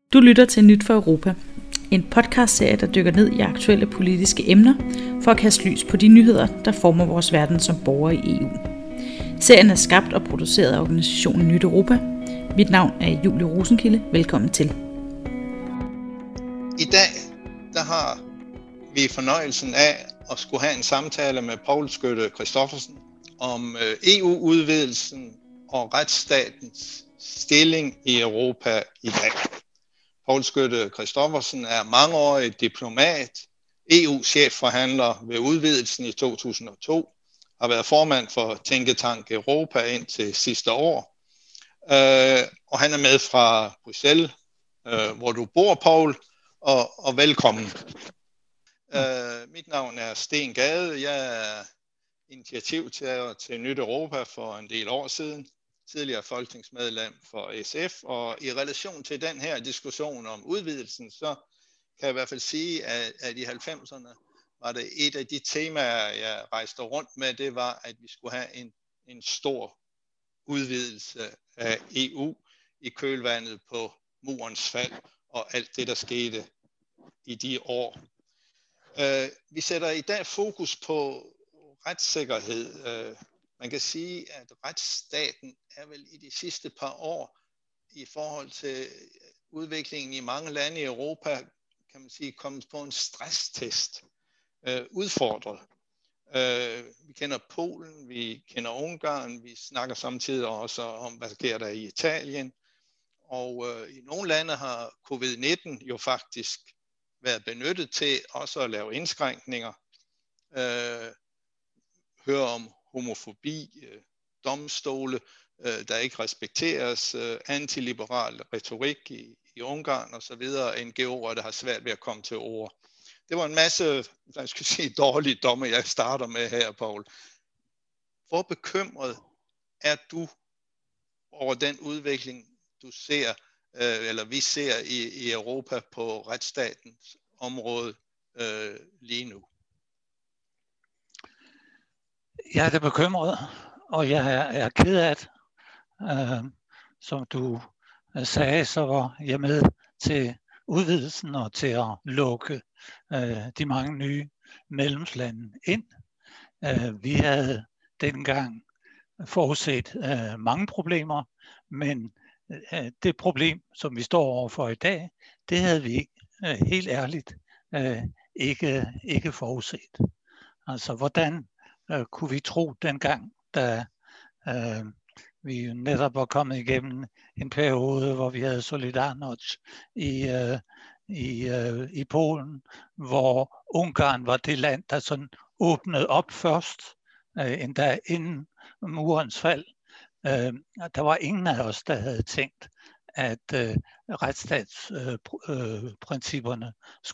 Du lytter til Nyt for Europa, en podcastserie, der dykker ned i aktuelle politiske emner for at kaste lys på de nyheder, der former vores verden som borgere i EU. Serien er skabt og produceret af organisationen Nyt Europa. Mit navn er Julie Rosenkilde. Velkommen til. I dag der har vi fornøjelsen af at skulle have en samtale med Poul Skytte Christoffersen om EU-udvidelsen og retsstatens stilling i Europa i dag. Poul Skytte Christoffersen er mangeårig diplomat, EU-chefforhandler ved udvidelsen i 2002, har været formand for Tænketank Europa indtil sidste år, og han er med fra Bruxelles, hvor du bor, Poul, og velkommen. Mit navn er Sten Gade. Jeg er initiativtager til Nyt Europa for en del år siden, tidligere folketingsmedlem for SF, og i relation til den her diskussion om udvidelsen, så kan jeg i hvert fald sige, at i 90'erne var det et af de temaer, jeg rejste rundt med, det var, at vi skulle have en stor udvidelse af EU i kølvandet på murens fald og alt det, der skete i de år. Vi sætter i dag fokus på retssikkerhed. Man kan sige, at retsstaten er vel i de sidste par år i forhold til udviklingen i mange lande i Europa, kan man sige, kommet på en stresstest. Udfordret. Vi kender Polen, vi kender Ungarn, vi snakker samtidig også om, hvad sker der i Italien. Og i nogle lande har covid-19 jo faktisk været benyttet til også at lave indskrænkninger. Høre om homofobi, domstole, der ikke respekteres, antiliberal retorik i Ungarn osv., NGO'er, der har svært ved at komme til ord. Det var en masse, jeg skal sige, dårlige domme, jeg starter med her, Poul. Hvor bekymret er du over den udvikling, du ser, eller vi ser i Europa på retsstatens område lige nu? Jeg er bekymret, og jeg er ked af det. Som du sagde, så var jeg med til udvidelsen og til at lukke de mange nye medlemslande ind. Vi havde dengang forudset mange problemer, men det problem, som vi står overfor i dag, det havde vi helt ærligt ikke forudset. Altså, hvordan kunne vi tro dengang, da vi netop var kommet igennem en periode, hvor vi havde Solidarność i Polen, hvor Ungarn var det land, der sådan åbnede op først, endda inden murens fald. Der var ingen af os, der havde tænkt, at retsstatsprincipperne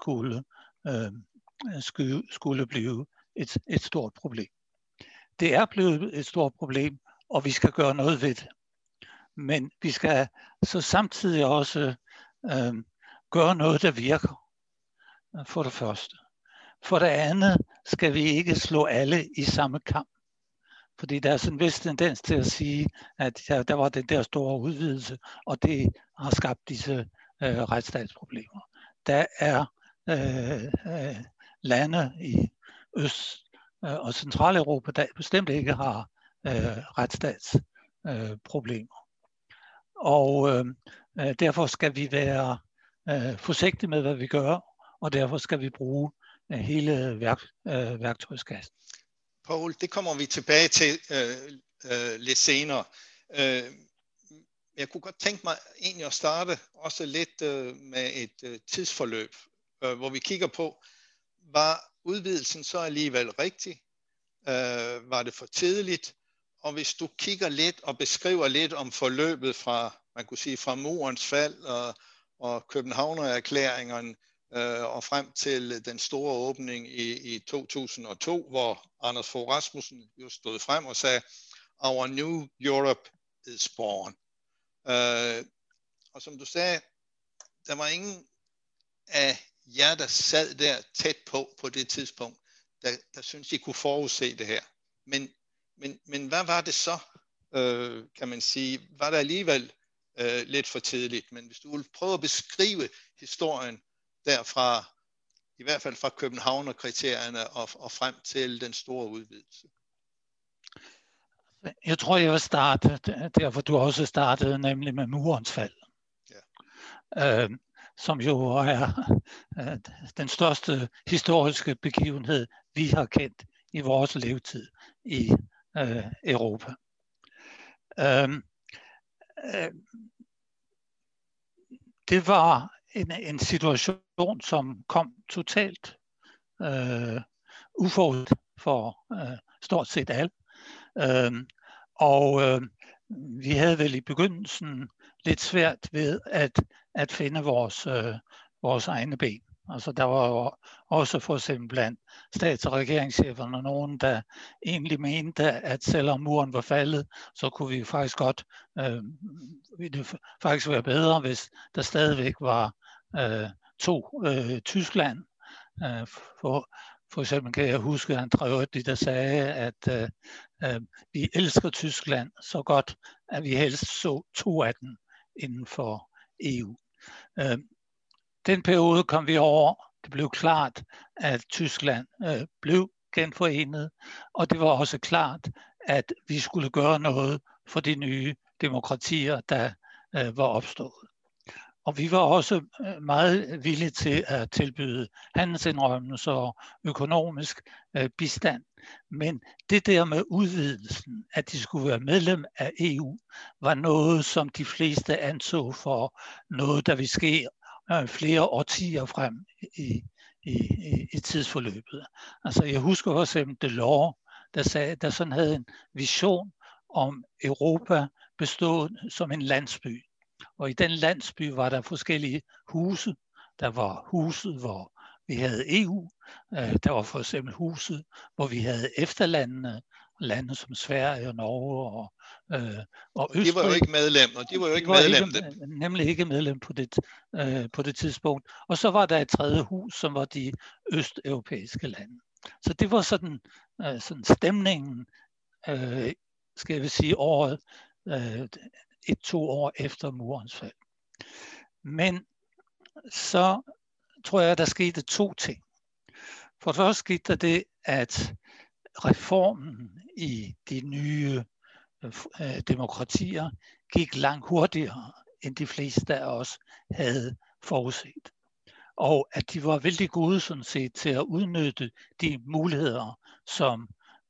skulle blive et stort problem. Det er blevet et stort problem, og vi skal gøre noget ved det. Men vi skal så samtidig også gøre noget, der virker, for det første. For det andet skal vi ikke slå alle i samme kamp. Fordi der er sådan en vis tendens til at sige, at der var den der store udvidelse, og det har skabt disse retsstatsproblemer. Der er lande i Øst- og Centraleuropa, der bestemt ikke har retsstatsproblemer. Og derfor skal vi være forsigtige med, hvad vi gør, og derfor skal vi bruge hele værktøjskassen. Poul, det kommer vi tilbage til lidt senere. Jeg kunne godt tænke mig egentlig at starte også lidt med et tidsforløb, hvor vi kigger på, var udvidelsen så alligevel rigtig? Var det for tidligt? Og hvis du kigger lidt og beskriver lidt om forløbet fra, man kunne sige, fra murens fald og Københavnererklæringerne og frem til den store åbning i 2002, hvor Anders Fogh Rasmussen jo stod frem og sagde, "Our new Europe is born." Og som du sagde, der var ingen af jer, der sad der tæt på det tidspunkt, der synes I kunne forudse det her. Men hvad var det så, kan man sige? Var der alligevel lidt for tidligt. Men hvis du vil prøve at beskrive historien derfra, i hvert fald fra Københavner-kriterierne og frem til den store udvidelse. Jeg tror, jeg vil starte der, hvor du også startede, nemlig med Murens fald. Ja. Som jo er den største historiske begivenhed, vi har kendt i vores levetid i Europa. Det var en situation, som kom totalt uforudset for stort set alle. Vi havde vel i begyndelsen lidt svært ved at finde vores egne ben. Altså der var jo også for eksempel blandt stats- og regeringscheferne nogen, der egentlig mente, at selvom muren var faldet, så kunne vi faktisk godt ville det faktisk være bedre, hvis der stadigvæk var to Tyskland. For eksempel kan jeg huske Andreotti, der sagde, at vi elsker Tyskland så godt, at vi helst så 2 af dem inden for EU. Den periode kom vi over. Det blev klart, at Tyskland blev genforenet, og det var også klart, at vi skulle gøre noget for de nye demokratier, der var opstået. Og vi var også meget villige til at tilbyde handelsindrømmelser og økonomisk bistand. Men det der med udvidelsen, at de skulle være medlem af EU, var noget, som de fleste anså for noget, der ville ske flere årtier frem i tidsforløbet. Altså jeg husker også simpelthen Delors, der sagde, der sådan havde en vision om Europa bestående som en landsby. Og i den landsby var der forskellige huse. Der var huset, hvor vi havde EU. Der var for eksempel huset, hvor vi havde efterlandene, lande som Sverige og Norge og Østrig. De var jo ikke medlem, og de var jo ikke medlem. Nemlig ikke medlem på det tidspunkt. Og så var der et tredje hus, som var de østeuropæiske lande. Så det var sådan stemningen, skal jeg sige, året 1-2 år efter murens fald. Men så tror jeg, der skete 2 ting. For det første skete der det, at reformen i de nye demokratier gik langt hurtigere, end de fleste af os havde forudset. Og at de var vældig gode sådan set til at udnytte de muligheder, som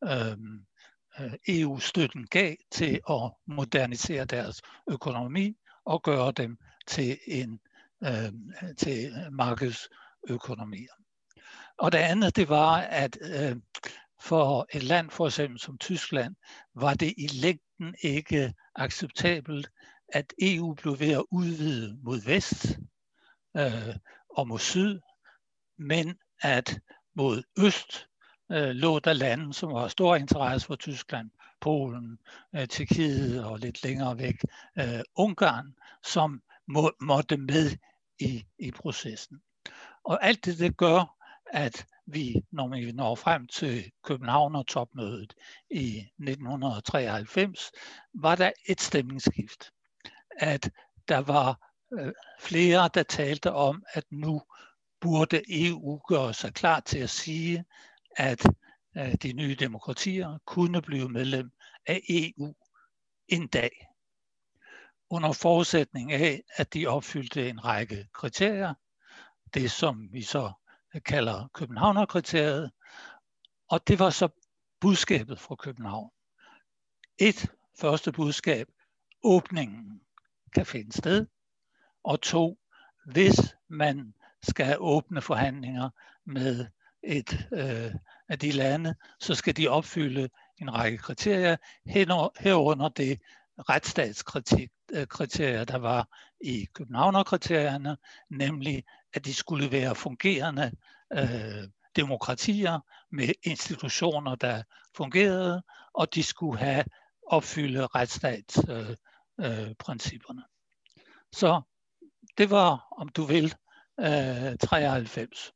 EU-støtten gav til at modernisere deres økonomi og gøre dem til til markedsøkonomier. Og det andet, det var, at for et land for eksempel som Tyskland, var det i længden ikke acceptabelt, at EU blev ved at udvide mod vest og mod syd, men at mod øst lå der lande, som var stor interesse for Tyskland, Polen, Tjekkiet og lidt længere væk Ungarn, som måtte med i processen. Og alt det gør, at vi, når vi når frem til Københavner-topmødet i 1993, var der et stemningsskift. At der var flere, der talte om, at nu burde EU gøre sig klar til at sige, at de nye demokratier kunne blive medlem af EU en dag. Under forudsætning af, at de opfyldte en række kriterier, det som vi så kalder Københavner-kriteriet, og det var så budskabet fra København. Første budskab, åbningen kan finde sted, og 2, hvis man skal åbne forhandlinger med et af de lande, så skal de opfylde en række kriterier, herunder det retsstatskriterier, der var i Københavner-kriterierne, nemlig at de skulle være fungerende demokratier med institutioner, der fungerede, og de skulle opfylde retsstatsprincipperne. Så det var, om du vil, 93.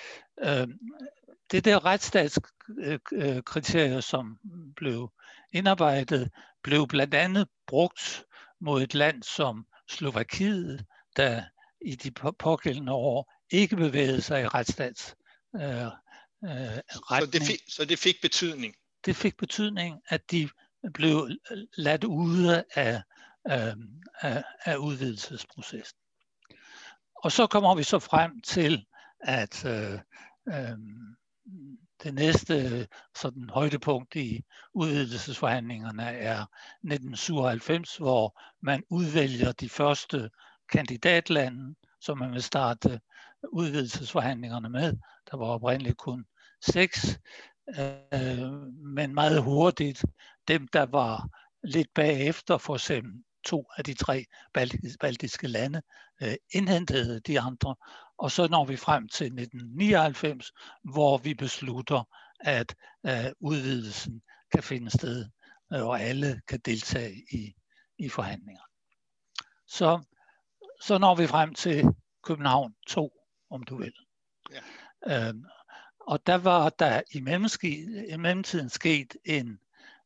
Det der retsstatskriterier, som blev indarbejdet, blev blandt andet brugt mod et land som Slovakiet, der i de pågældende år ikke bevægede sig i retsstats retning. Så det fik betydning? Det fik betydning, at de blev ladt ude af udvidelsesprocessen. Og så kommer vi så frem til, at det næste sådan højdepunkt i udvidelsesforhandlingerne er 1997, hvor man udvælger de første kandidatlande, som man vil starte udvidelsesforhandlingerne med. Der var oprindeligt kun 6, men meget hurtigt dem, der var lidt bagefter, for eksempel 2 af de 3 baltiske lande, indhentede de andre. Og så når vi frem til 1999, hvor vi beslutter, at udvidelsen kan finde sted, og alle kan deltage i forhandlinger. Så når vi frem til København 2, om du vil. Ja. Og der var der i mellemtiden sket en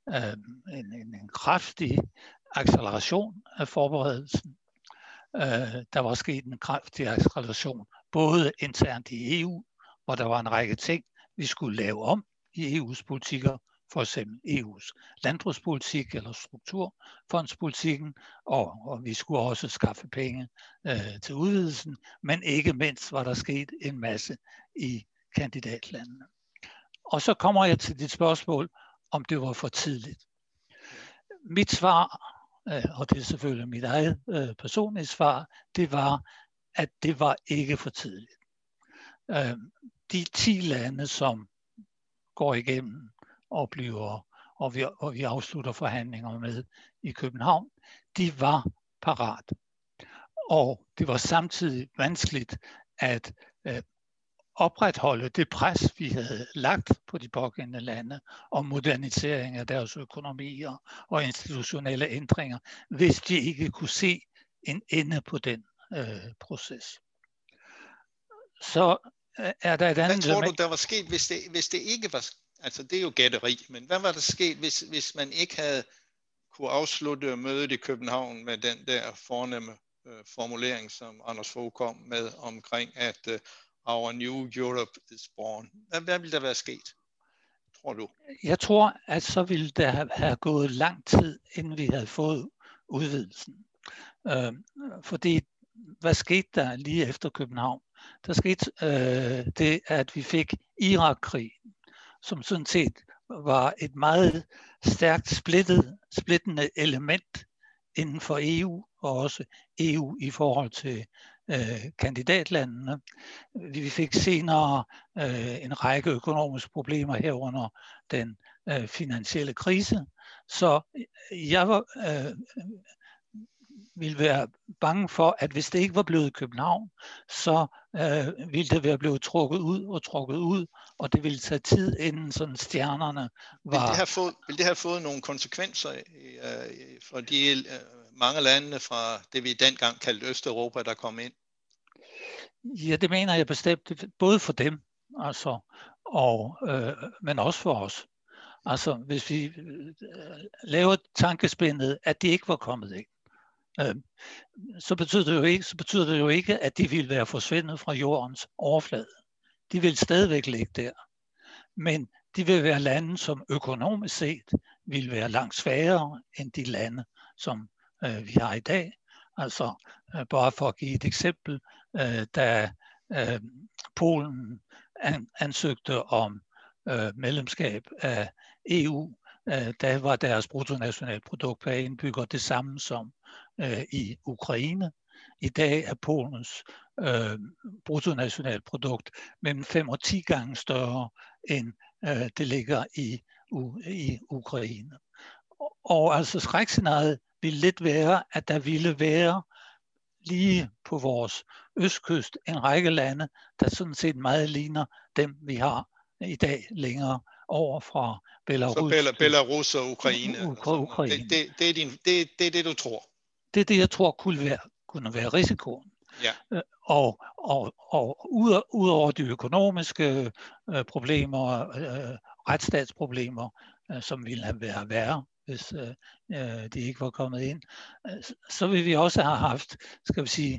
kraftig acceleration af forberedelsen. Der var sket en kraftig acceleration både internt i EU, hvor der var en række ting, vi skulle lave om i EU's politikker, for eksempel EU's landbrugspolitik eller strukturfondspolitikken, og vi skulle også skaffe penge til udvidelsen, men ikke mindst var der sket en masse i kandidatlandene. Og så kommer jeg til dit spørgsmål, om det var for tidligt. Mit svar, og det er selvfølgelig mit eget personlige svar, det var, at det var ikke for tidligt. De 10 lande, som går igennem og vi afslutter forhandlinger med i København, de var parat. Og det var samtidig vanskeligt at opretholde det pres, vi havde lagt på de pågældende lande om modernisering af deres økonomier og institutionelle ændringer, hvis de ikke kunne se en ende på den proces. Så er der et andet... Hvad tror du, der var sket, hvis det ikke var... Altså, det er jo gætteri, men hvad var der sket, hvis man ikke havde kunne afslutte mødet i København med den der fornemme formulering, som Anders Fogh kom med omkring, at Our New Europe is born. Hvad ville der være sket, tror du? Jeg tror, at så ville der have gået lang tid, inden vi havde fået udvidelsen. Fordi, hvad skete der lige efter København? Der skete det, at vi fik Irak-krigen, som sådan set var et meget stærkt splittende element inden for EU, og også EU i forhold til kandidatlandene. Vi fik senere en række økonomiske problemer herunder den finansielle krise, så jeg ville være bange for, at hvis det ikke var blevet København, så ville det være blevet trukket ud, og det ville tage tid, inden sådan stjernerne var... Vil det have fået nogle konsekvenser for de mange lande fra det, vi dengang kaldte Østeuropa, der kom ind? Ja, det mener jeg bestemt, både for dem, altså, men også for os. Altså, hvis vi laver tankespændet, at de ikke var kommet ind, så betyder det jo ikke, at de ville være forsvundet fra jordens overflade. De vil stadigvæk ligge der. Men de vil være lande, som økonomisk set vil være langt svagere end de lande, som vi har i dag. Altså, bare for at give et eksempel, da Polen ansøgte om medlemskab af EU, der var deres bruttonationalprodukt per indbygger det samme som i Ukraine. I dag er Polens bruttonationalprodukt mellem 5 og 10 gange større, end det ligger i Ukraine. Og altså skrækscenariet ville lidt være, at der ville være lige på vores østkyst en række lande, der sådan set meget ligner dem, vi har i dag længere over fra Belarus. Så Belarus og Ukraine. Ukraine. Det er det, du tror? Det er det, jeg tror kunne være risikoen. Ja. Og ud over de økonomiske problemer, retsstatsproblemer, som ville have været værre, hvis de ikke var kommet ind. Så ville vi også have haft, skal vi sige,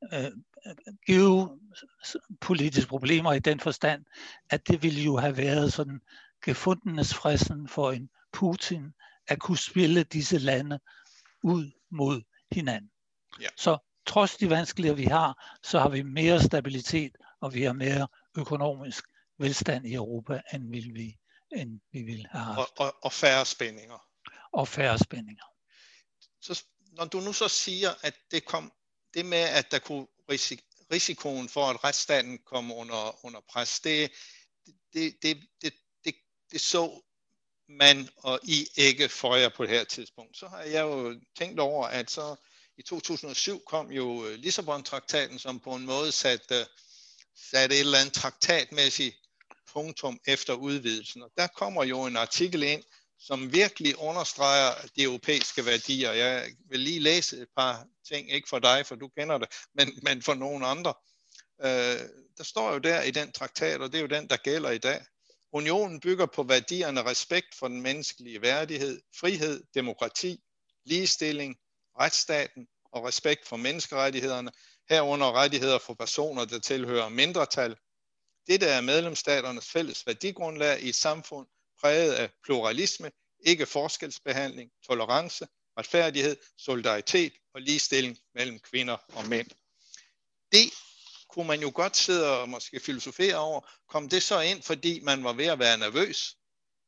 geopolitiske problemer i den forstand, at det ville jo have været sådan gefundenes fristen for en Putin at kunne spille disse lande ud mod hinanden. Ja. Så trods de vanskeligheder, vi har, så har vi mere stabilitet, og vi har mere økonomisk velstand i Europa, end vi ville have haft. Og færre spændinger. Og færre spændinger. Så når du nu så siger, at det med, at der kunne risikoen for, at retsstaten kom under pres, det så man og I ikke for jer på det her tidspunkt. Så har jeg jo tænkt over, at så i 2007 kom jo Lissabon-traktaten, som på en måde satte et eller andet traktatmæssigt punktum efter udvidelsen. Og der kommer jo en artikel ind, som virkelig understreger de europæiske værdier. Jeg vil lige læse et par ting, ikke for dig, for du kender det, men for nogle andre. Der står jo der i den traktat, og det er jo den, der gælder i dag. Unionen bygger på værdierne respekt for den menneskelige værdighed, frihed, demokrati, ligestilling, retsstaten og respekt for menneskerettighederne, herunder rettigheder for personer, der tilhører mindretal. Dette er medlemsstaternes fælles værdigrundlag i et samfund præget af pluralisme, ikke forskelsbehandling, tolerance, retfærdighed, solidaritet og ligestilling mellem kvinder og mænd. Det kunne man jo godt sidde og måske filosofere over. Kom det så ind, fordi man var ved at være nervøs?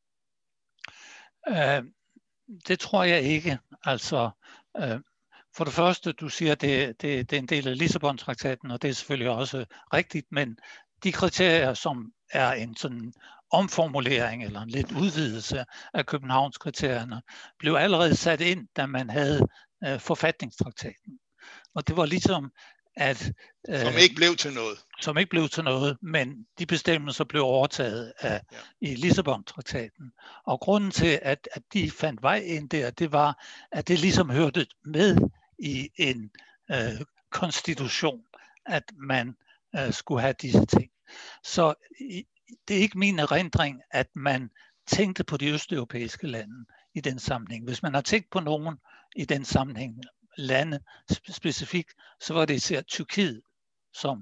Det tror jeg ikke. Altså, for det første, du siger, det er en del af Lissabon-traktaten, og det er selvfølgelig også rigtigt, men de kriterier, som er en sådan omformulering eller en lidt udvidelse af Københavnskriterierne, blev allerede sat ind, da man havde forfatningstraktaten. Og det var ligesom, at som ikke blev til noget. Som ikke blev til noget, men de bestemmelser blev overtaget i Lissabon-traktaten. Og grunden til, at de fandt vej ind der, det var, at det ligesom hørte med i en konstitution, at man skulle have disse ting. Så det er ikke min erindring, at man tænkte på de østeuropæiske lande i den sammenhæng. Hvis man har tænkt på nogen i den sammenhæng, lande specifikt, så var det især Tyrkiet, som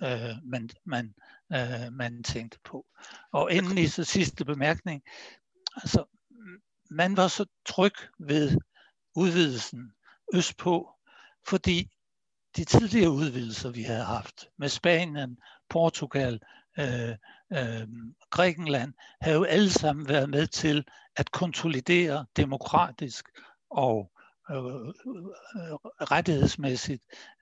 man tænkte på. Og endelig så sidste bemærkning, altså man var så tryg ved udvidelsen østpå, fordi de tidligere udvidelser, vi havde haft med Spanien, Portugal, Grækenland, havde jo alle sammen været med til at konsolidere demokratisk og rettighedsmæssigt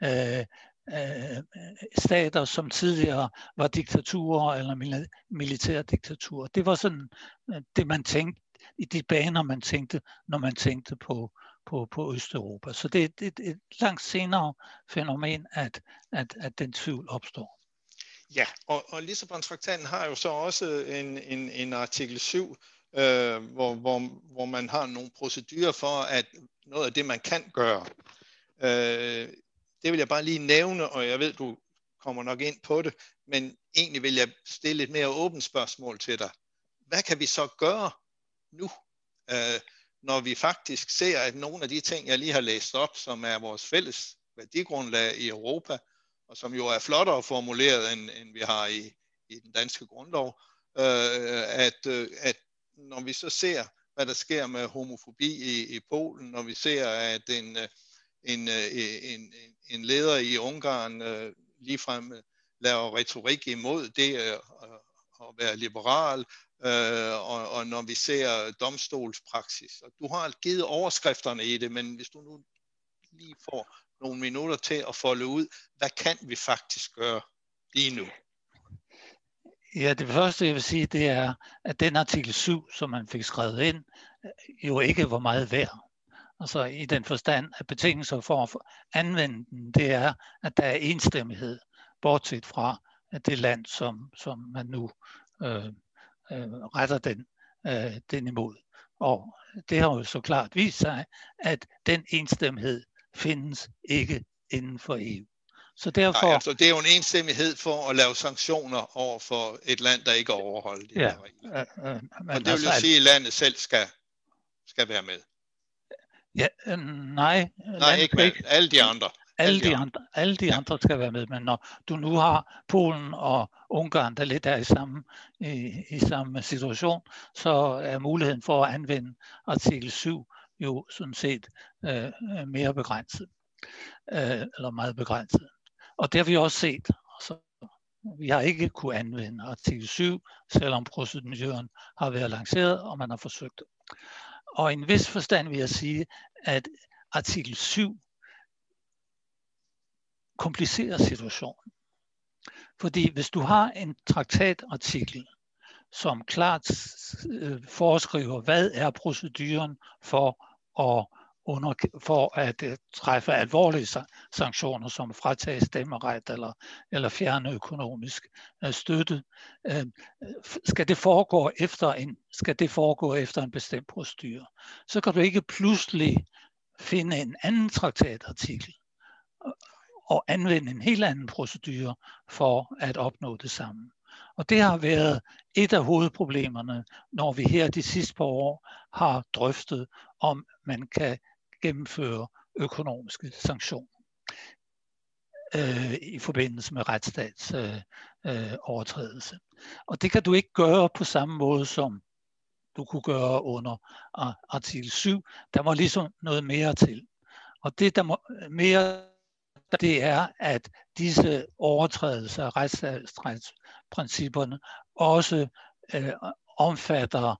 stater, som tidligere var diktaturer eller militærdiktaturer. Det var sådan det, man tænkte i de baner, man tænkte, når man tænkte på Østeuropa. Så det er et langt senere fænomen, at den tvivl opstår. Ja, og Lissabon-traktaten har jo så også en artikel 7, hvor man har nogle procedurer for, at noget af det, man kan gøre. Det vil jeg bare lige nævne, og jeg ved, du kommer nok ind på det, men egentlig vil jeg stille et mere åbent spørgsmål til dig. Hvad kan vi så gøre nu, når vi faktisk ser, at nogle af de ting, jeg lige har læst op, som er vores fælles værdigrundlag i Europa, og som jo er flottere formuleret, end vi har i den danske grundlov, at når vi så ser, hvad der sker med homofobi i Polen, når vi ser, at en leder i Ungarn ligefrem laver retorik imod det at være liberal, og når vi ser domstolspraksis. Og du har givet overskrifterne i det, men hvis du nu lige får nogle minutter til at folde ud, hvad kan vi faktisk gøre lige nu? Ja, det første jeg vil sige, det er, at den artikel 7, som man fik skrevet ind, jo ikke var meget værd. Altså i den forstand, at betingelser for at anvende den, det er, at der er enstemmighed, bortset fra det land, som man nu retter den imod. Og det har jo så klart vist sig, at den enstemmighed findes ikke inden for EU. Så derfor... Nej, altså det er jo en enstemmighed for at lave sanktioner over for et land, der ikke overholder de her regler. Og det vil jo sige, at landet selv skal være med. Ja, nej, Nej, ikke med alle de andre. Alle de andre skal være med, men når du nu har Polen og Ungarn, der lidt er i samme situation, så er muligheden for at anvende artikel 7 jo sådan set mere begrænset, eller meget begrænset. Og det har vi også set. Så vi har ikke kunne anvende artikel 7, selvom proceduren har været lanceret, og man har forsøgt det. Og i en vis forstand vil jeg sige, at artikel 7 komplicerer situationen. Fordi hvis du har en traktatartikel, som klart foreskriver, hvad er proceduren for at træffe alvorlige sanktioner, som fratage stemmeret eller fjerne økonomisk støtte, skal det foregå efter en bestemt procedure. Så kan du ikke pludselig finde en anden traktatartikel og anvende en helt anden procedure for at opnå det samme. Og det har været et af hovedproblemerne, når vi her de sidste par år har drøftet, om man kan gennemføre økonomiske sanktioner i forbindelse med retsstatsovertrædelse. Og det kan du ikke gøre på samme måde, som du kunne gøre under artikel 7. Der må ligesom noget mere til. Og det, der må mere, det er, at disse overtrædelser af retsstatsprincipperne også omfatter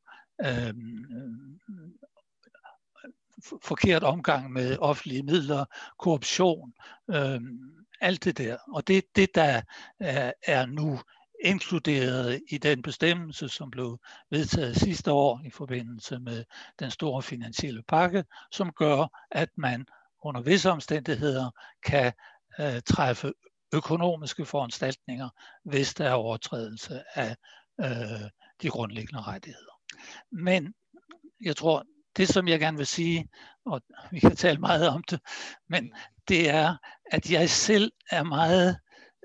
forkert omgang med offentlige midler, korruption, alt det der. Og det er det, der er nu inkluderet i den bestemmelse, som blev vedtaget sidste år i forbindelse med den store finansielle pakke, som gør, at man under visse omstændigheder kan træffe økonomiske foranstaltninger, hvis der er overtrædelse af de grundlæggende rettigheder. Men jeg tror, det som jeg gerne vil sige, og vi kan tale meget om det, men det er, at jeg selv er meget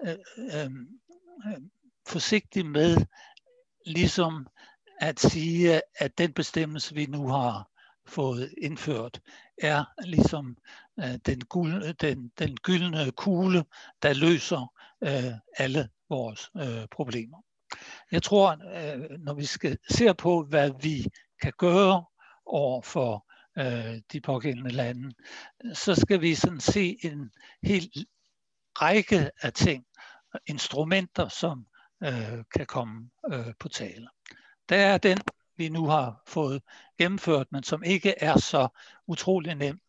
forsigtig med ligesom at sige, at den bestemmelse, vi nu har fået indført, er ligesom den gyldne kugle, der løser alle vores problemer. Jeg tror, når vi skal se på, hvad vi kan gøre over for de pågældende lande, så skal vi sådan se en hel række af ting, instrumenter, som kan komme på tale. Der er den, vi nu har fået gennemført, men som ikke er så utrolig nem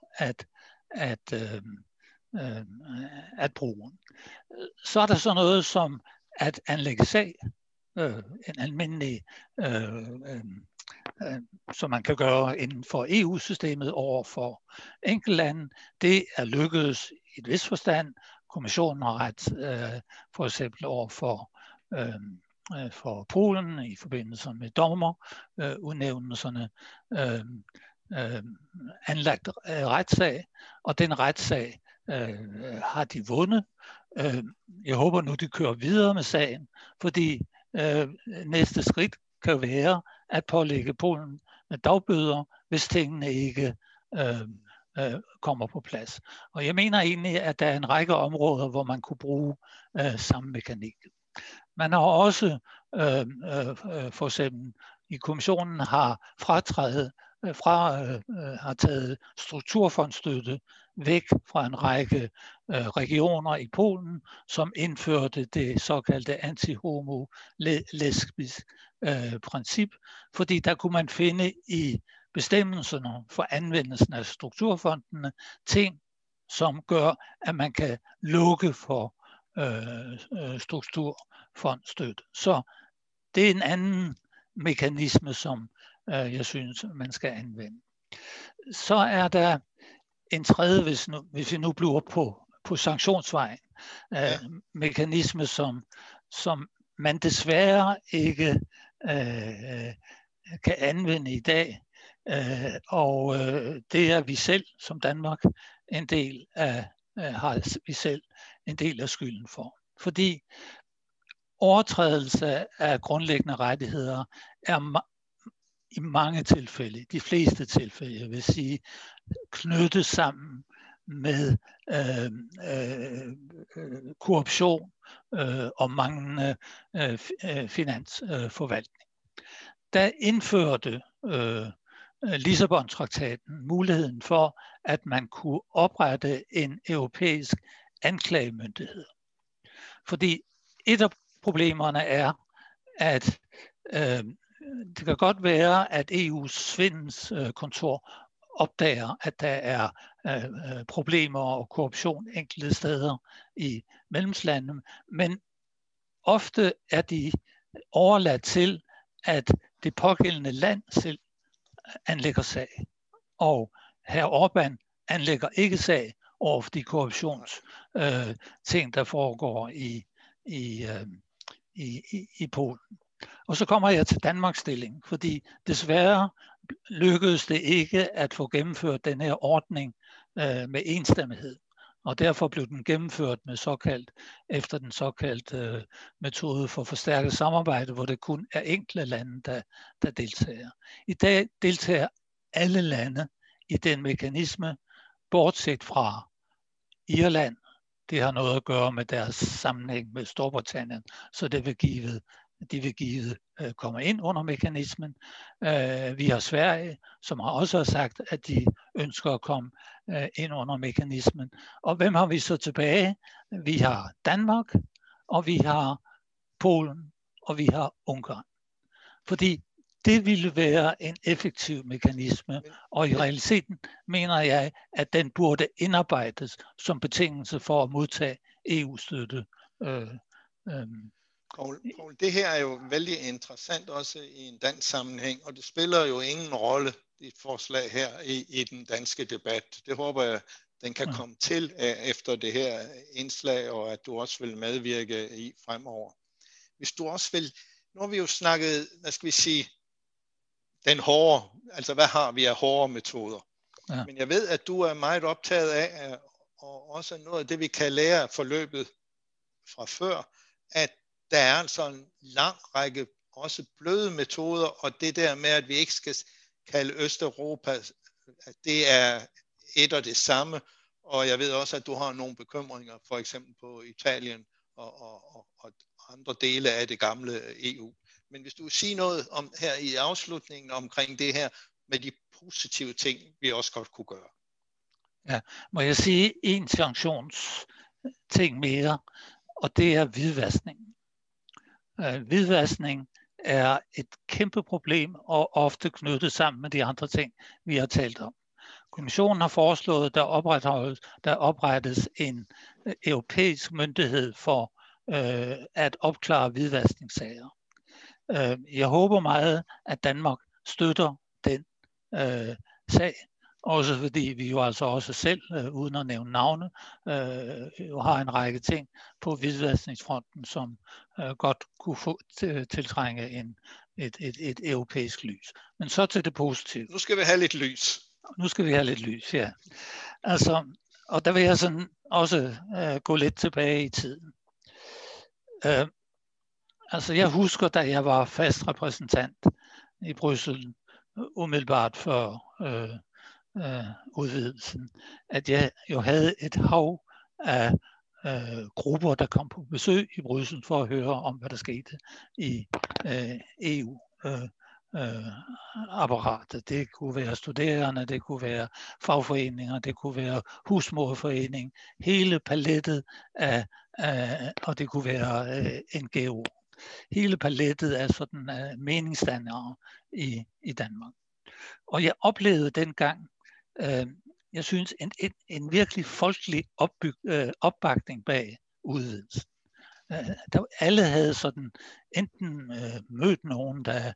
at bruge. Så er der så noget som at anlægge sag, en almindelig, som man kan gøre inden for EU-systemet over for enkeltlande. Det er lykkedes i et vis forstand. Kommissionen har ret for eksempel over for Polen i forbindelse med dommerudnævnelserne anlagt retssag, og den retssag har de vundet. Jeg håber nu, de kører videre med sagen, fordi næste skridt kan være at pålægge Polen med dagbøder, hvis tingene ikke kommer på plads. Og jeg mener egentlig, at der er en række områder, hvor man kunne bruge samme mekanik. Man har også for eksempel i kommissionen har har taget strukturfondsstøtte væk fra en række regioner i Polen, som indførte det såkaldte anti-homo-lesbisk princip, fordi der kunne man finde i bestemmelserne for anvendelsen af strukturfondene ting, som gør, at man kan lukke for strukturfondstøtte. Så det er en anden mekanisme, som jeg synes, man skal anvende. Så er der en tredje, hvis vi nu bliver på sanktionsvejen, mekanisme, som man desværre ikke kan anvende i dag, og det er vi selv som Danmark har vi selv en del af skylden for. Fordi overtrædelse af grundlæggende rettigheder er i mange tilfælde, de fleste tilfælde, jeg vil sige, knyttet sammen med korruption og manglende finansforvaltning. Der indførte Lissabon-traktaten muligheden for, at man kunne oprette en europæisk anklagemyndighed. Fordi et af problemerne er, at det kan godt være, at EU's svindelskontor opdager, at der er problemer og korruption enkelte steder i medlemslandene, men ofte er de overladt til, at det pågældende land selv anlægger sag. Og hr. Orbán anlægger ikke sag over de korruptionsting, der foregår i Polen. Og så kommer jeg til Danmarks stilling, fordi desværre lykkedes det ikke at få gennemført den her ordning med enstemmighed. Og derfor blev den gennemført med efter den såkaldte metode for forstærket samarbejde, hvor det kun er enkelte lande, der deltager. I dag deltager alle lande i den mekanisme, bortset fra Irland. Det har noget at gøre med deres sammenhæng med Storbritannien, så de vil givet komme ind under mekanismen. Vi har Sverige, som også har sagt, at de ønsker at komme ind under mekanismen. Og hvem har vi så tilbage? Vi har Danmark, og vi har Polen, og vi har Ungarn. Fordi det ville være en effektiv mekanisme, og i realiteten mener jeg, at den burde indarbejdes som betingelse for at modtage EU-støtte. Poul, det her er jo vældig interessant også i en dansk sammenhæng, og det spiller jo ingen rolle, dit forslag her i den danske debat. Det håber jeg, den kan komme til efter det her indslag, og at du også vil medvirke i fremover. Hvis du også vil, nu har vi jo snakket, hvad skal vi sige, den hårde, altså hvad har vi af hårde metoder? Ja. Men jeg ved, at du er meget optaget af, og også noget af det, vi kan lære af forløbet fra før, at der er altså en lang række også bløde metoder, og det der med, at vi ikke skal kalde Østeuropa, at det er et og det samme, og jeg ved også, at du har nogle bekymringer, for eksempel på Italien og andre dele af det gamle EU. Men hvis du vil sige noget om her i afslutningen omkring det her med de positive ting, vi også godt kunne gøre. Ja, må jeg sige en sanktionsting mere, og det er hvidvaskningen. Hvidvaskning er et kæmpe problem og ofte knyttet sammen med de andre ting, vi har talt om. Kommissionen har foreslået, at der oprettes en europæisk myndighed for at opklare hvidvaskningssager. Jeg håber meget, at Danmark støtter den sag, også fordi vi jo altså også selv, uden at nævne navne, jo har en række ting på hvidvaskningsfronten, som godt kunne få tiltrænge et europæisk lys. Men så til det positive. Nu skal vi have lidt lys. Nu skal vi have lidt lys, ja. Altså, og der vil jeg sådan også gå lidt tilbage i tiden. Altså, jeg husker, da jeg var fast repræsentant i Bryssel, umiddelbart før udvidelsen, at jeg jo havde et hav af grupper, der kom på besøg i Bryssel for at høre om, hvad der skete i EU-apparatet. Det kunne være studerende, det kunne være fagforeninger, det kunne være husmoderforening, hele palettet af, og det kunne være NGO. Hele palettet af sådan meningsdannere i Danmark. Og jeg oplevede dengang, jeg synes, en virkelig folkelig opbakning bag udvidelsen. Alle havde sådan enten mødt nogen, der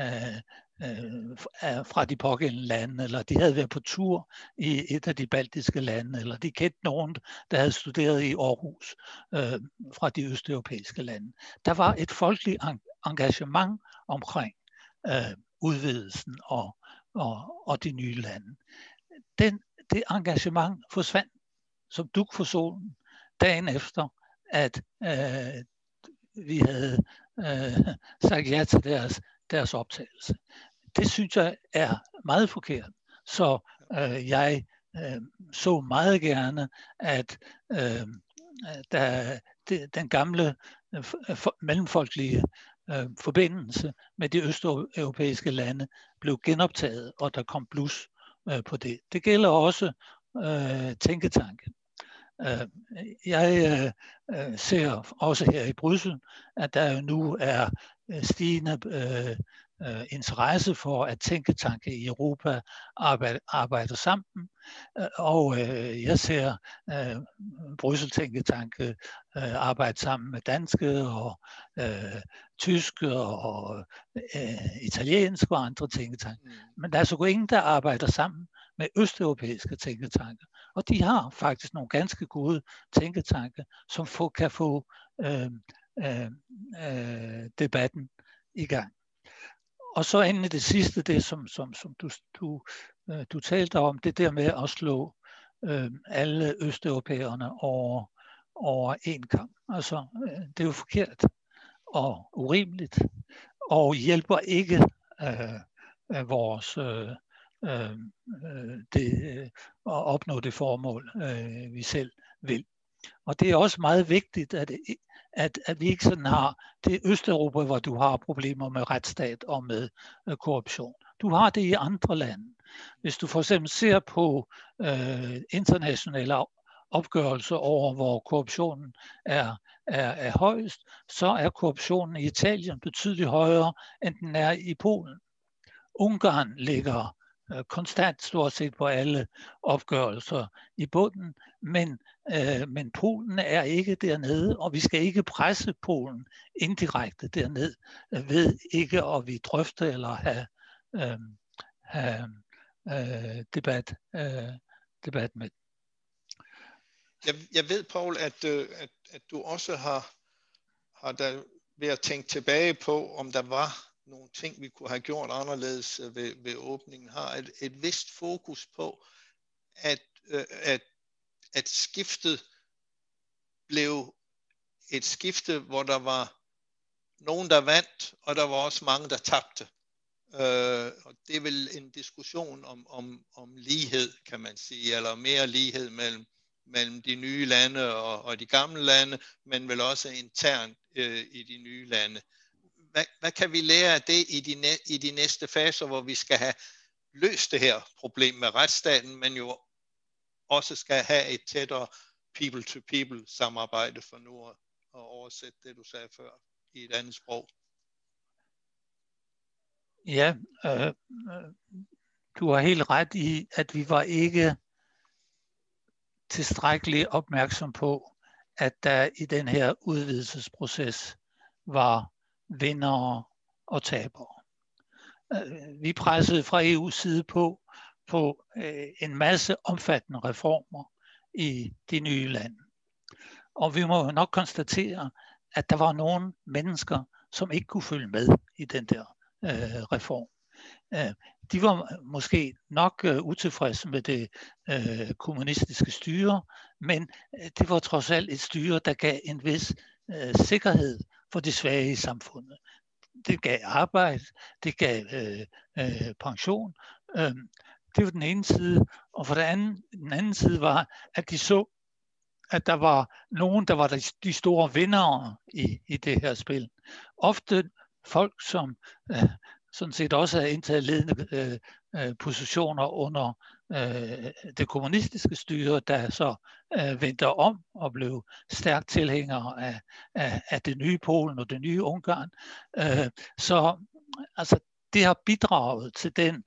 fra de pågældende lande, eller de havde været på tur i et af de baltiske lande, eller de kendte nogen, der havde studeret i Aarhus fra de østeuropæiske lande. Der var et folkeligt engagement omkring udvidelsen og de nye lande. Det engagement forsvandt som dug for solen dagen efter, at vi havde sagt ja til deres optagelse. det synes jeg er meget forkert. Så jeg så meget gerne, at den gamle mellemfolkelige forbindelse med de østeuropæiske lande blev genoptaget, og der kom blus på det. Det gælder også tænketanke. Jeg ser også her i Bryssel, at der nu er stigende interesse for, at tænketanke i Europa arbejder sammen. Og jeg ser Bryssel-tænketanke arbejde sammen med danske og tyske og italienske og andre tænketanke. Men der er så ingen, der arbejder sammen med østeuropæiske tænketanke. Og de har faktisk nogle ganske gode tænketanke, som kan få debatten i gang. Og så endelig det sidste, det som du talte om, det der med at slå alle østeuropæerne over en kam. Altså, det er jo forkert og urimeligt, og hjælper ikke vores at opnå det formål, vi selv vil. Og det er også meget vigtigt, at vi ikke sådan har det Østeuropa, hvor du har problemer med retsstat og med korruption. Du har det i andre lande. Hvis du for eksempel ser på internationale opgørelser over, hvor korruptionen er højest, så er korruptionen i Italien betydeligt højere, end den er i Polen. Ungarn ligger konstant stort set på alle opgørelser i bunden, men Polen er ikke dernede, og vi skal ikke presse Polen indirekte derned ved ikke at vi drøfte eller have debat med. Jeg ved, Poul, at du også har der ved at tænke tilbage på, om der var nogle ting, vi kunne have gjort anderledes ved åbningen, har et vist fokus på, at skiftet blev et skifte, hvor der var nogen, der vandt, og der var også mange, der tabte. Og det er vel en diskussion om lighed, kan man sige, eller mere lighed mellem de nye lande og de gamle lande, men vel også internt i de nye lande. Hvad kan vi lære af det i de næste faser, hvor vi skal have løst det her problem med retsstaten, men jo også skal have et tættere people-to-people samarbejde, for nu at oversætte det, du sagde før, i et andet sprog? Ja, du har helt ret i, at vi var ikke tilstrækkeligt opmærksom på, at der i den her udvidelsesproces var vindere og tabere. Vi pressede fra EU's side på en masse omfattende reformer i de nye lande. Og vi må nok konstatere, at der var nogle mennesker, som ikke kunne følge med i den der reform. De var måske nok utilfredse med det kommunistiske styre, men det var trods alt et styre, der gav en vis sikkerhed for de svage i samfundet. Det gav arbejde, det gav pension. Det var den ene side, og for den anden side var, at de så, at der var nogen, der var de store vindere i det her spil. Ofte folk, som sådan set også har indtaget ledende positioner under det kommunistiske styre, der så vendte om og blev stærkt tilhængere af det nye Polen og det nye Ungarn. Så altså, det har bidraget til den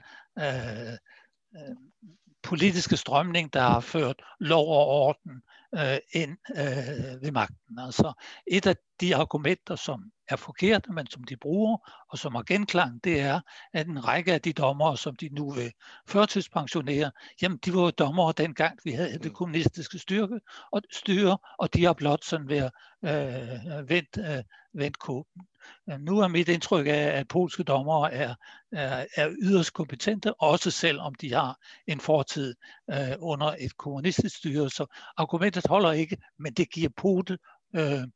politiske strømning, der har ført lov og orden ind ved magten. Altså et af de argumenter, som er forkerte, men som de bruger, og som har genklang, det er, at en række af de dommere, som de nu vil førtidspensionere, jamen de var jo dommere dengang, vi havde det kommunistiske styre, og de har blot sådan været vendt kåben. Nu er mit indtryk af, at polske dommere er yderst kompetente, også selvom de har en fortid under et kommunistisk styre. Så argumentet holder ikke, men det giver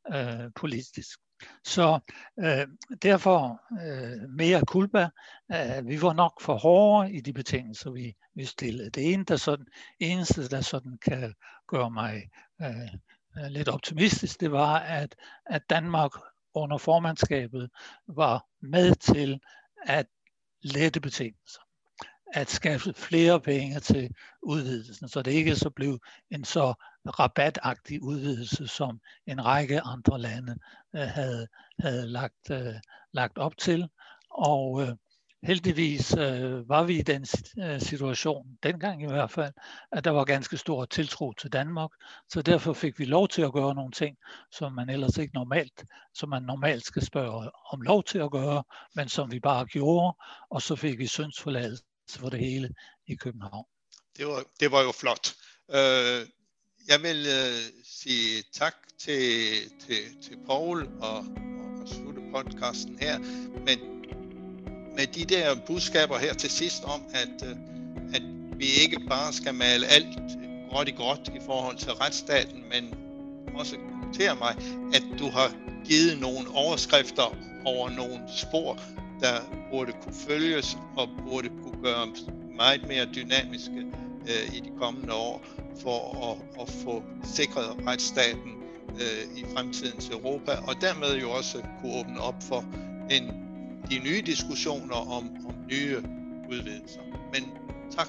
politisk. Så derfor mere culpa. Vi var nok for hårde i de betingelser, vi stillede. Det eneste, der sådan kan gøre mig lidt optimistisk, det var, at Danmark under formandskabet var med til at lette betingelser, at skaffe flere penge til udvidelsen, så det ikke så blev en så rabatagtig udvidelse, som en række andre lande havde lagt op til. Og heldigvis var vi i den situation, dengang i hvert fald, at der var ganske stor tiltro til Danmark, så derfor fik vi lov til at gøre nogle ting, som man ellers ikke normalt skal spørge om lov til at gøre, men som vi bare gjorde, og så fik vi syndsforladelse for det hele i København. Det var jo flot. Jeg vil sige tak til Poul og slutte podcasten her, med de der budskaber her til sidst om, at vi ikke bare skal male alt gråt i gråt i forhold til retsstaten, men også notere mig, at du har givet nogle overskrifter over nogle spor, der burde kunne følges og burde kunne gøre meget mere dynamiske i de kommende år for at få sikret retsstaten i fremtidens Europa, og dermed jo også kunne åbne op for de nye diskussioner om nye udvidelser. Men tak.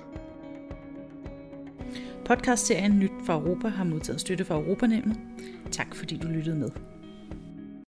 Podcastserien Nyt fra Europa har modtaget støtte fra Europanævnet. Tak fordi du lyttede med.